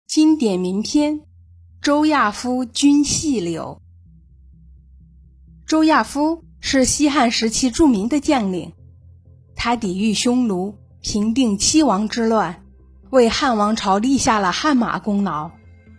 经典名篇：周亚夫军细柳。周亚夫是西汉时期著名的将领，他抵御匈奴，平定七王之乱，为汉王朝立下了汗马功劳。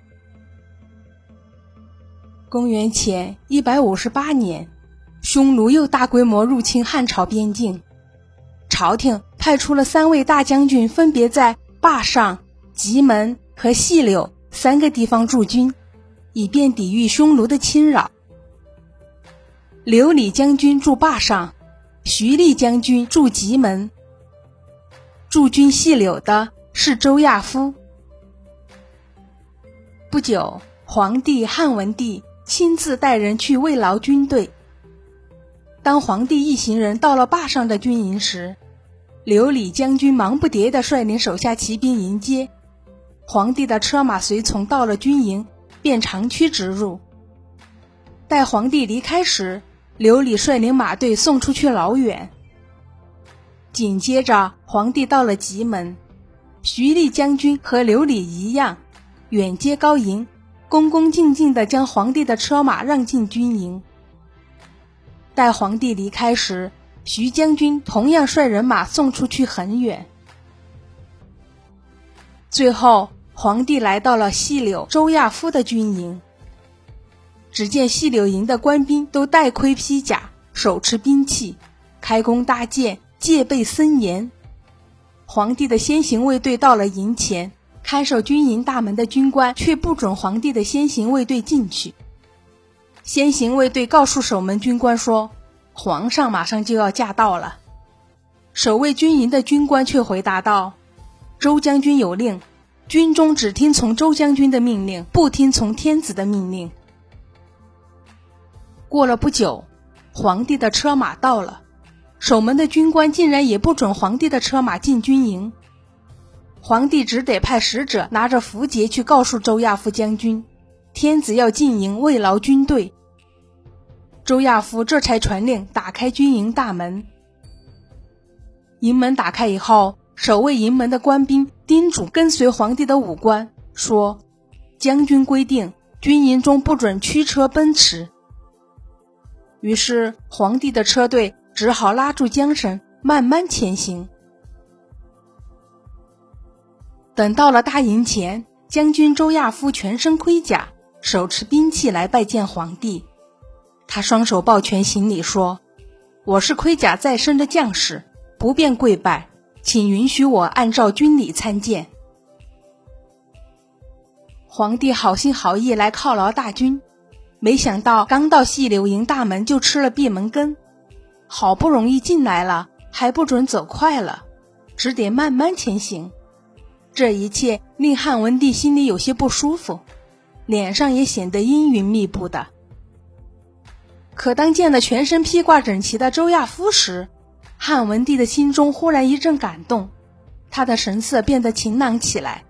公元前158年，匈奴又大规模入侵汉朝边境，朝廷派出了3位大将军，分别在灞上、棘门和细柳3个地方驻军，以便抵御匈奴的侵扰。刘礼将军驻灞上，徐厉将军驻棘门，驻军细柳的是周亚夫。不久，皇帝汉文帝亲自带人去慰劳军队。当皇帝一行人到了灞上的军营时，刘礼将军忙不迭地率领手下骑兵迎接。皇帝的车马随从到了军营，便长驱直入。待皇帝离开时，刘礼率领马队送出去老远。紧接着，皇帝到了棘门，徐厉将军和刘礼一样，远接高迎，恭恭敬敬地将皇帝的车马让进军营。待皇帝离开时，徐将军同样率人马送出去很远。最后，皇帝来到了细柳周亚夫的军营，只见细柳营的官兵都戴盔披甲，手持兵器，开弓搭箭，戒备森严。皇帝的先行卫队到了营前，看守军营大门的军官却不准皇帝的先行卫队进去。先行卫队告诉守门军官说，皇上马上就要驾到了。守卫军营的军官却回答道，周将军有令，军中只听从周将军的命令，不听从天子的命令。过了不久，皇帝的车马到了，守门的军官竟然也不准皇帝的车马进军营。皇帝只得派使者拿着符节去告诉周亚夫将军，天子要进营慰劳军队。周亚夫这才传令打开军营大门。营门打开以后，守卫营门的官兵叮嘱跟随皇帝的武官说，将军规定军营中不准驱车奔驰。于是皇帝的车队只好拉住缰绳，慢慢前行。等到了大营前，将军周亚夫全身盔甲，手持兵器来拜见皇帝。他双手抱拳行礼说，我是盔甲在身的将士，不便跪拜，请允许我按照军礼参见。皇帝好心好意来犒劳大军，没想到刚到细柳营大门就吃了闭门羹，好不容易进来了，还不准走快了，只得慢慢前行。这一切令汉文帝心里有些不舒服，脸上也显得阴云密布的。可当见了全身披挂整齐的周亚夫时，汉文帝的心中忽然一阵感动，他的神色变得晴朗起来。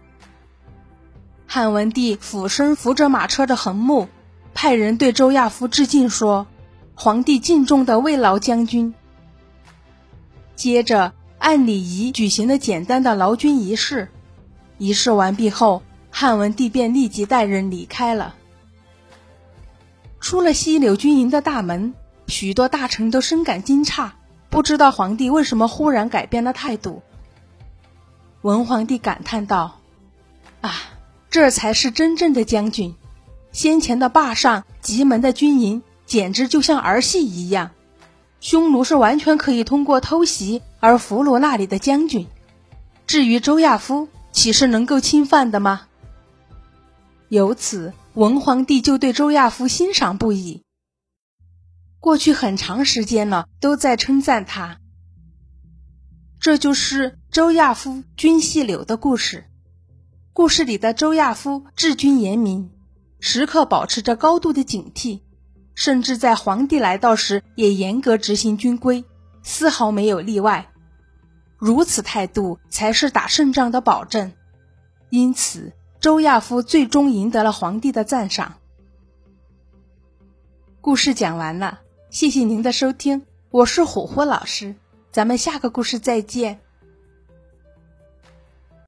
汉文帝俯身扶着马车的横木，派人对周亚夫致敬说，皇帝敬重的慰劳将军。接着按礼仪举行了简单的劳军仪式。仪式完毕后，汉文帝便立即带人离开了。出了细柳军营的大门，许多大臣都深感惊诧，不知道皇帝为什么忽然改变了态度。文皇帝感叹道，这才是真正的将军，先前的灞上、棘门的军营简直就像儿戏一样，匈奴是完全可以通过偷袭而俘虏那里的将军，至于周亚夫，岂是能够侵犯的吗？由此，文皇帝就对周亚夫欣赏不已，过去很长时间了，都在称赞他。这就是周亚夫军细柳的故事。故事里的周亚夫治军严明，时刻保持着高度的警惕，甚至在皇帝来到时也严格执行军规，丝毫没有例外。如此态度才是打胜仗的保证。因此，周亚夫最终赢得了皇帝的赞赏。故事讲完了，谢谢您的收听，我是虎虎老师，咱们下个故事再见。